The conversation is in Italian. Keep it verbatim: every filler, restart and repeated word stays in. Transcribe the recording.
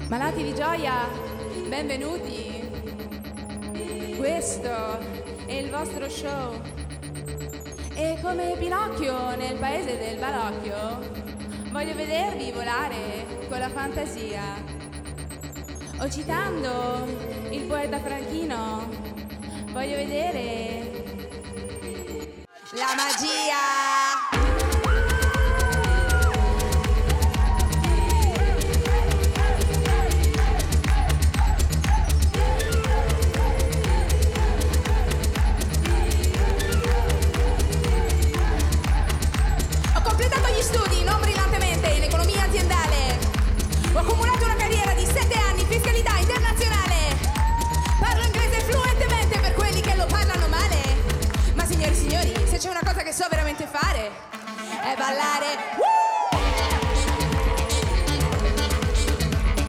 Malati di gioia, benvenuti. Questo è il vostro show. E come Pinocchio nel paese del balocchio, voglio vedervi volare con la fantasia. O citando il poeta Franchino, voglio vedere la magia. Ho accumulato una carriera di sette anni, fiscalità internazionale. Parlo inglese fluentemente per quelli che lo parlano male. Ma signori e signori, se c'è una cosa che so veramente fare è ballare.